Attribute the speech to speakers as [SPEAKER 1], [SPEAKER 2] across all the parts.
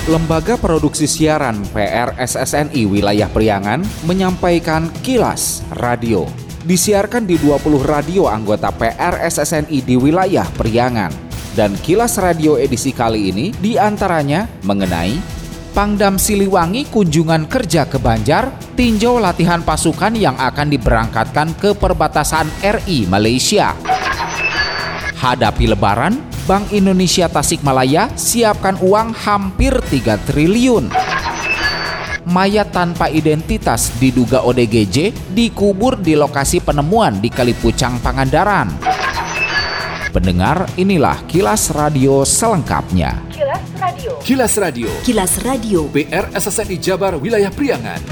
[SPEAKER 1] Lembaga Produksi Siaran PRSSNI Wilayah Priangan menyampaikan Kilas Radio. Disiarkan di 20 radio anggota PRSSNI di wilayah Priangan. Dan Kilas Radio edisi kali ini diantaranya mengenai Pangdam Siliwangi kunjungan kerja ke Banjar, tinjau latihan pasukan yang akan diberangkatkan ke perbatasan RI Malaysia. Hadapi Lebaran, Bank Indonesia Tasikmalaya siapkan uang hampir 3 triliun. Mayat tanpa identitas diduga ODGJ dikubur di lokasi penemuan di Kalipucang, Pangandaran. Pendengar, inilah Kilas Radio selengkapnya.
[SPEAKER 2] Kilas Radio.
[SPEAKER 3] Kilas Radio.
[SPEAKER 2] Kilas Radio.
[SPEAKER 3] PRSSNI Jabar Wilayah Priangan.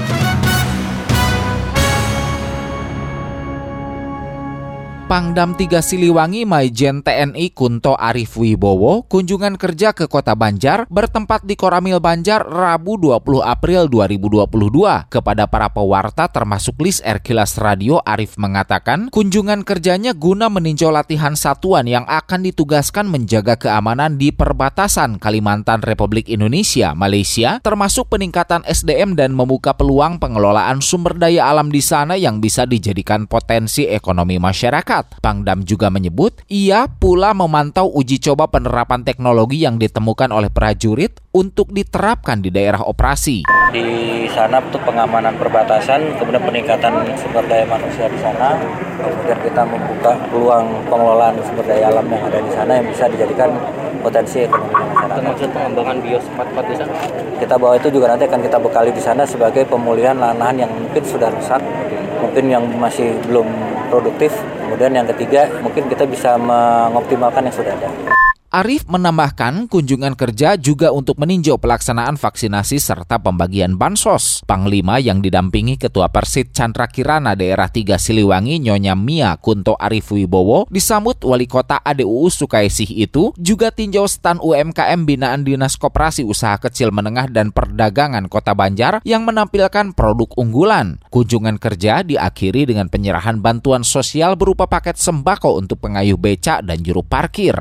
[SPEAKER 1] Pangdam 3 Siliwangi Maijen TNI Kunto Arif Wibowo kunjungan kerja ke Kota Banjar bertempat di Koramil Banjar Rabu 20 April 2022. Kepada para pewarta termasuk listener Kilas Radio, Arif mengatakan kunjungan kerjanya guna meninjau latihan satuan yang akan ditugaskan menjaga keamanan di perbatasan Kalimantan Republik Indonesia Malaysia, termasuk peningkatan SDM dan membuka peluang pengelolaan sumber daya alam di sana yang bisa dijadikan potensi ekonomi masyarakat. Pangdam juga menyebut ia pula memantau uji coba penerapan teknologi yang ditemukan oleh prajurit untuk diterapkan di daerah operasi.
[SPEAKER 4] Di sana untuk pengamanan perbatasan, kemudian peningkatan sumber daya manusia di sana, kemudian kita membuka peluang pengelolaan sumber daya alam yang ada di sana yang bisa dijadikan potensi ekonomi masyarakat.
[SPEAKER 5] Termasuk pengembangan biospat di sana.
[SPEAKER 4] Kita bawa itu juga nanti akan kita bekali di sana sebagai pemulihan lahan-lahan yang mungkin sudah rusak, mungkin yang masih belum produktif. Kemudian yang ketiga, mungkin kita bisa mengoptimalkan yang sudah ada.
[SPEAKER 1] Arif menambahkan kunjungan kerja juga untuk meninjau pelaksanaan vaksinasi serta pembagian bansos. Panglima yang didampingi Ketua Persit Chandra Kirana Daerah 3 Siliwangi Nyonya Mia Kunto Arif Wibowo disambut Wali Kota ADUU Sukaisih itu juga tinjau stan UMKM binaan Dinas Koperasi Usaha Kecil Menengah dan Perdagangan Kota Banjar yang menampilkan produk unggulan. Kunjungan kerja diakhiri dengan penyerahan bantuan sosial berupa paket sembako untuk pengayuh becak dan juru parkir.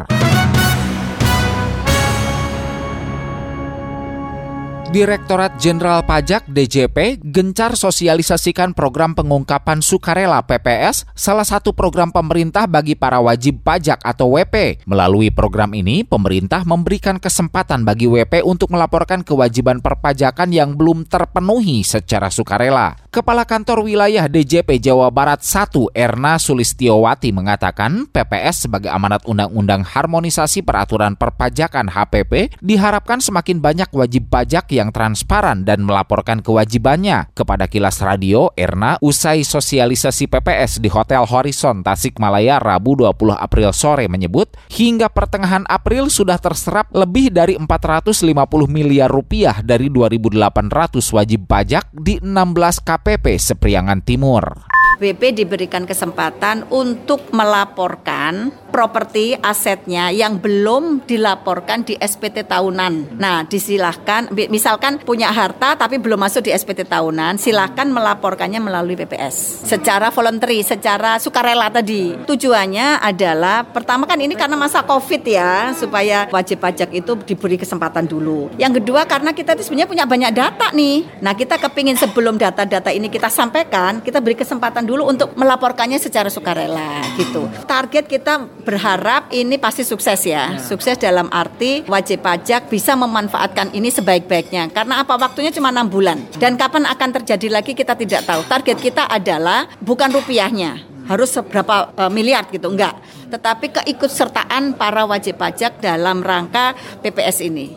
[SPEAKER 1] Direktorat Jenderal Pajak DJP gencar sosialisasikan program pengungkapan sukarela PPS, salah satu program pemerintah bagi para wajib pajak atau WP. Melalui program ini, pemerintah memberikan kesempatan bagi WP untuk melaporkan kewajiban perpajakan yang belum terpenuhi secara sukarela. Kepala Kantor Wilayah DJP Jawa Barat 1, Erna Sulistiowati mengatakan PPS sebagai amanat Undang-Undang Harmonisasi Peraturan Perpajakan HPP diharapkan semakin banyak wajib pajak yang transparan dan melaporkan kewajibannya. Kepada Kilas Radio, Erna usai sosialisasi PPS di Hotel Horizon Tasikmalaya Rabu 20 April sore menyebut, hingga pertengahan April sudah terserap lebih dari 450 miliar rupiah dari 2.800 wajib pajak di 16 KPP sepriangan Timur.
[SPEAKER 6] WP diberikan kesempatan untuk melaporkan properti asetnya yang belum dilaporkan di SPT tahunan. Nah, disilahkan, misalkan punya harta tapi belum masuk di SPT tahunan, silahkan melaporkannya melalui PPS. Secara voluntary, secara sukarela tadi. Tujuannya adalah, pertama kan ini karena masa COVID ya, supaya wajib pajak itu diberi kesempatan dulu. Yang kedua karena kita sebenarnya punya banyak data nih. Nah, kita kepingin sebelum data-data ini kita sampaikan, kita beri kesempatan dulu untuk melaporkannya secara sukarela gitu. Target kita berharap ini pasti sukses ya. Sukses dalam arti wajib pajak bisa memanfaatkan ini sebaik-baiknya. Karena apa, waktunya cuma 6 bulan. Dan kapan akan terjadi lagi kita tidak tahu. Target kita adalah bukan rupiahnya, harus seberapa miliar gitu, enggak. Tetapi keikutsertaan para wajib pajak dalam rangka PPS ini.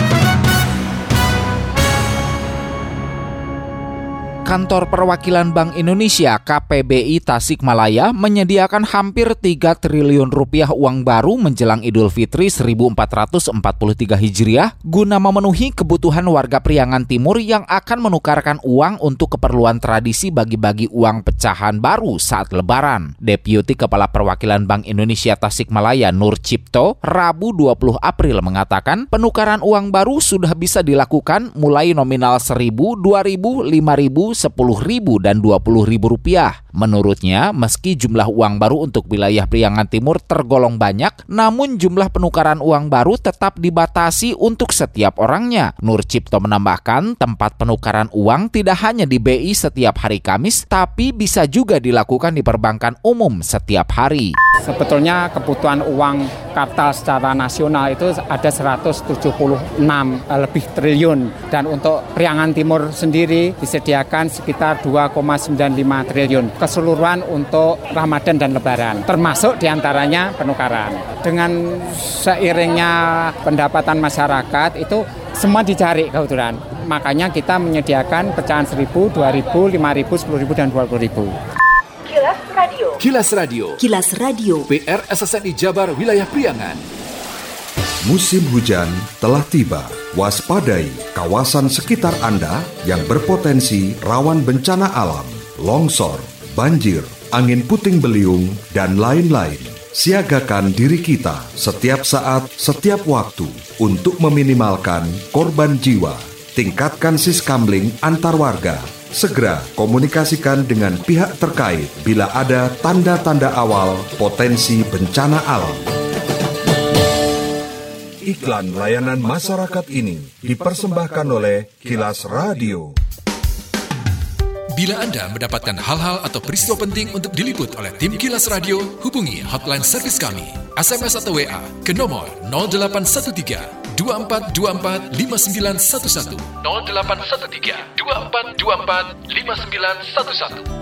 [SPEAKER 1] Kantor Perwakilan Bank Indonesia KPBI Tasikmalaya menyediakan hampir 3 triliun rupiah uang baru menjelang Idul Fitri 1443 Hijriah guna memenuhi kebutuhan warga Priangan Timur yang akan menukarkan uang untuk keperluan tradisi bagi-bagi uang pecahan baru saat Lebaran. Deputi Kepala Perwakilan Bank Indonesia Tasikmalaya Nur Cipto Rabu 20 April mengatakan penukaran uang baru sudah bisa dilakukan mulai nominal 1.000, 2.000, 5.000 Rp10.000 dan Rp20.000. Menurutnya, meski jumlah uang baru untuk wilayah Priangan Timur tergolong banyak, namun jumlah penukaran uang baru tetap dibatasi untuk setiap orangnya. Nur Cipto menambahkan, tempat penukaran uang tidak hanya di BI setiap hari Kamis, tapi bisa juga dilakukan di perbankan umum setiap hari.
[SPEAKER 2] Sebetulnya kebutuhan uang kartal secara nasional itu ada 176 lebih triliun. Dan untuk Priangan Timur sendiri disediakan sekitar 2,95 triliun. Keseluruhan untuk Ramadan dan Lebaran, termasuk diantaranya penukaran. Dengan seiringnya pendapatan masyarakat itu semua dicari kebetulan. Makanya kita menyediakan pecahan 1.000, 2.000, 5.000, 10.000, dan 20.000.
[SPEAKER 3] Kilas Radio. Kilas Radio.
[SPEAKER 7] Kilas Radio.
[SPEAKER 3] PR SSNI Jabar Wilayah Priangan.
[SPEAKER 8] Musim hujan telah tiba. Waspadai kawasan sekitar Anda yang berpotensi rawan bencana alam, longsor, banjir, angin puting beliung, dan lain-lain. Siagakan diri kita setiap saat, setiap waktu untuk meminimalkan korban jiwa. Tingkatkan siskamling antar warga. Segera komunikasikan dengan pihak terkait bila ada tanda-tanda awal potensi bencana alam. Iklan layanan masyarakat ini dipersembahkan oleh Kilas Radio.
[SPEAKER 3] Bila Anda mendapatkan hal-hal atau peristiwa penting untuk diliput oleh tim Kilas Radio, hubungi hotline servis kami, SMS atau WA ke nomor 0813 2424 5911 0813 2424 5911.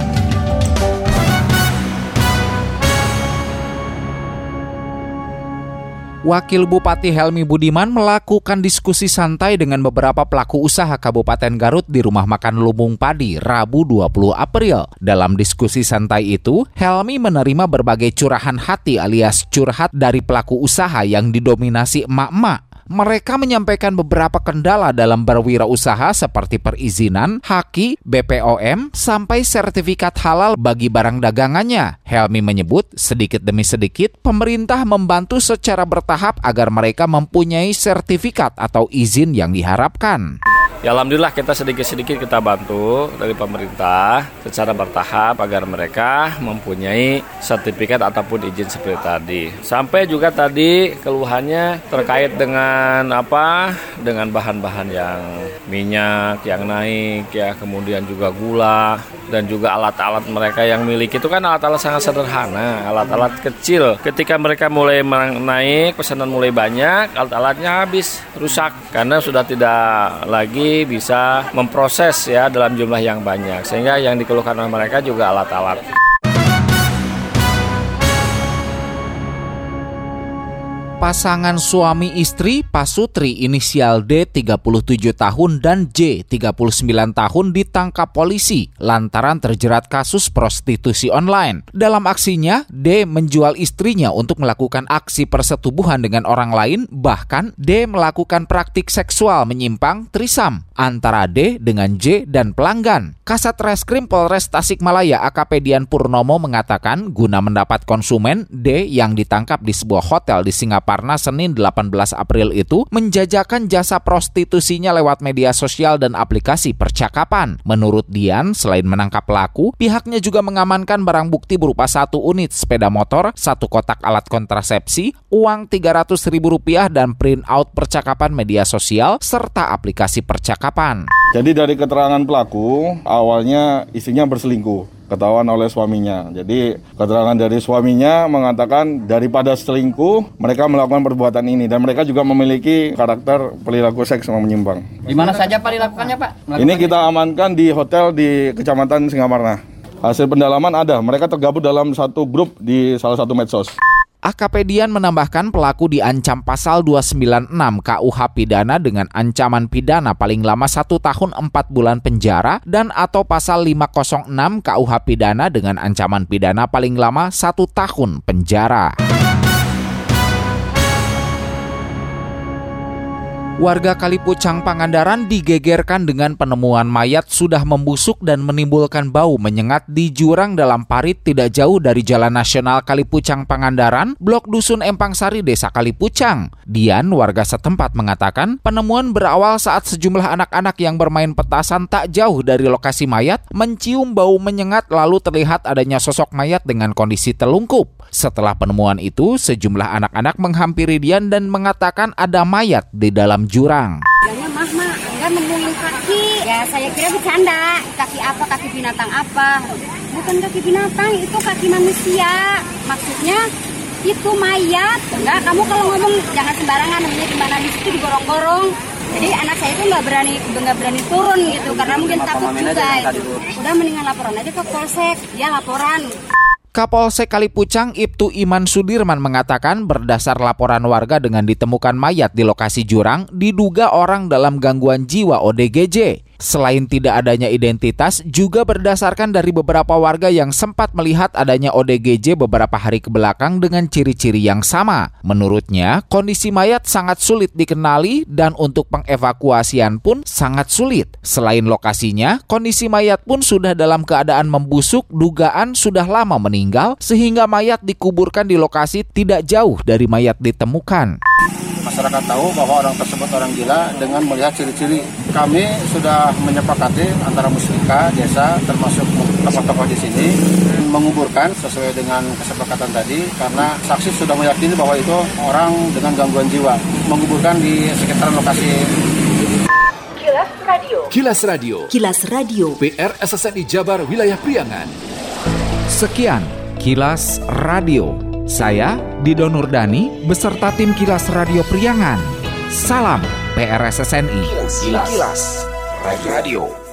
[SPEAKER 1] Wakil Bupati Helmi Budiman melakukan diskusi santai dengan beberapa pelaku usaha Kabupaten Garut di Rumah Makan Lumbung Padi, Rabu 20 April. Dalam diskusi santai itu, Helmi menerima berbagai curahan hati alias curhat dari pelaku usaha yang didominasi emak-emak. Mereka menyampaikan beberapa kendala dalam berwirausaha seperti perizinan, haki, BPOM, sampai sertifikat halal bagi barang dagangannya. Helmi menyebut, sedikit demi sedikit, pemerintah membantu secara bertahap agar mereka mempunyai sertifikat atau izin yang diharapkan.
[SPEAKER 5] Ya alhamdulillah kita sedikit-sedikit kita bantu dari pemerintah secara bertahap agar mereka mempunyai sertifikat ataupun izin seperti tadi. Sampai juga tadi keluhannya terkait dengan dengan bahan-bahan yang minyak yang naik ya, kemudian juga gula dan juga alat-alat mereka yang miliki itu kan alat-alat sangat sederhana, alat-alat kecil. Ketika mereka mulai naik, pesanan mulai banyak, alat-alatnya habis, rusak karena sudah tidak lagi bisa memproses ya dalam jumlah yang banyak, sehingga yang dikeluhkan oleh mereka juga alat-alat.
[SPEAKER 1] Pasangan suami istri Pasutri inisial D 37 tahun dan J 39 tahun ditangkap polisi lantaran terjerat kasus prostitusi online. Dalam aksinya, D menjual istrinya untuk melakukan aksi persetubuhan dengan orang lain, bahkan D melakukan praktik seksual menyimpang trisam antara D dengan J dan pelanggan. Kasat Reskrim Polres Tasikmalaya AKP Dian Purnomo mengatakan guna mendapat konsumen, D yang ditangkap di sebuah hotel di Singaparna Senin 18 April itu menjajakan jasa prostitusinya lewat media sosial dan aplikasi percakapan. Menurut Dian, selain menangkap pelaku, pihaknya juga mengamankan barang bukti berupa 1 unit sepeda motor, 1 kotak alat kontrasepsi, uang Rp300.000 dan print out percakapan media sosial serta aplikasi percakapan.
[SPEAKER 9] Jadi dari keterangan pelaku, awalnya istrinya berselingkuh, ketahuan oleh suaminya. Jadi keterangan dari suaminya mengatakan daripada selingkuh, mereka melakukan perbuatan ini. Dan mereka juga memiliki karakter perilaku seks yang menyimpang.
[SPEAKER 5] Di mana saja Pak dilakukannya Pak?
[SPEAKER 9] Ini kita amankan di hotel di Kecamatan Singaparna. Hasil pendalaman ada, mereka tergabung dalam satu grup di salah satu medsos.
[SPEAKER 1] AKP Dian menambahkan pelaku diancam pasal 296 KUH Pidana dengan ancaman pidana paling lama 1 tahun 4 bulan penjara dan atau pasal 506 KUH Pidana dengan ancaman pidana paling lama 1 tahun penjara. Warga Kalipucang, Pangandaran digegerkan dengan penemuan mayat sudah membusuk dan menimbulkan bau menyengat di jurang dalam parit tidak jauh dari Jalan Nasional Kalipucang, Pangandaran, Blok Dusun Empang Sari, Desa Kalipucang. Dian, warga setempat, mengatakan penemuan berawal saat sejumlah anak-anak yang bermain petasan tak jauh dari lokasi mayat mencium bau menyengat lalu terlihat adanya sosok mayat dengan kondisi telungkup. Setelah penemuan itu, sejumlah anak-anak menghampiri Dian dan mengatakan ada mayat di dalam jurang.
[SPEAKER 7] Mah, enggak nemuin kaki. Ya saya kira bercanda. Kaki apa, kaki binatang apa? Bukan kaki binatang, itu kaki manusia. Maksudnya itu mayat. Enggak, kamu kalau ngomong jangan sembarangan, namanya gimana di situ digorong-gorong. Jadi anak saya itu nggak berani turun gitu karena mungkin takut juga itu. Udah mendingan laporan aja ke Polsek. Ya laporan.
[SPEAKER 1] Kapolsek Kalipucang Ibtu Iman Sudirman mengatakan berdasar laporan warga dengan ditemukan mayat di lokasi jurang diduga orang dalam gangguan jiwa ODGJ. Selain tidak adanya identitas, juga berdasarkan dari beberapa warga yang sempat melihat adanya ODGJ beberapa hari kebelakang dengan ciri-ciri yang sama. Menurutnya, kondisi mayat sangat sulit dikenali dan untuk pengevakuasian pun sangat sulit. Selain lokasinya, kondisi mayat pun sudah dalam keadaan membusuk, dugaan sudah lama meninggal, sehingga mayat dikuburkan di lokasi tidak jauh dari mayat ditemukan.
[SPEAKER 10] Masyarakat tahu bahwa orang tersebut orang gila dengan melihat ciri-ciri. Kami sudah menyepakati antara muslika, desa, termasuk tokoh-tokoh di sini menguburkan sesuai dengan kesepakatan tadi karena saksi sudah meyakini bahwa itu orang dengan gangguan jiwa. Menguburkan di sekitaran lokasi.
[SPEAKER 3] Kilas Radio. Kilas Radio.
[SPEAKER 11] Kilas Radio.
[SPEAKER 3] PR SSNI Jabar Wilayah Priangan.
[SPEAKER 1] Sekian Kilas Radio. Saya Dido Nurdani beserta tim Kilas Radio Priangan. Salam PRSSNI.
[SPEAKER 3] Kilas Radio.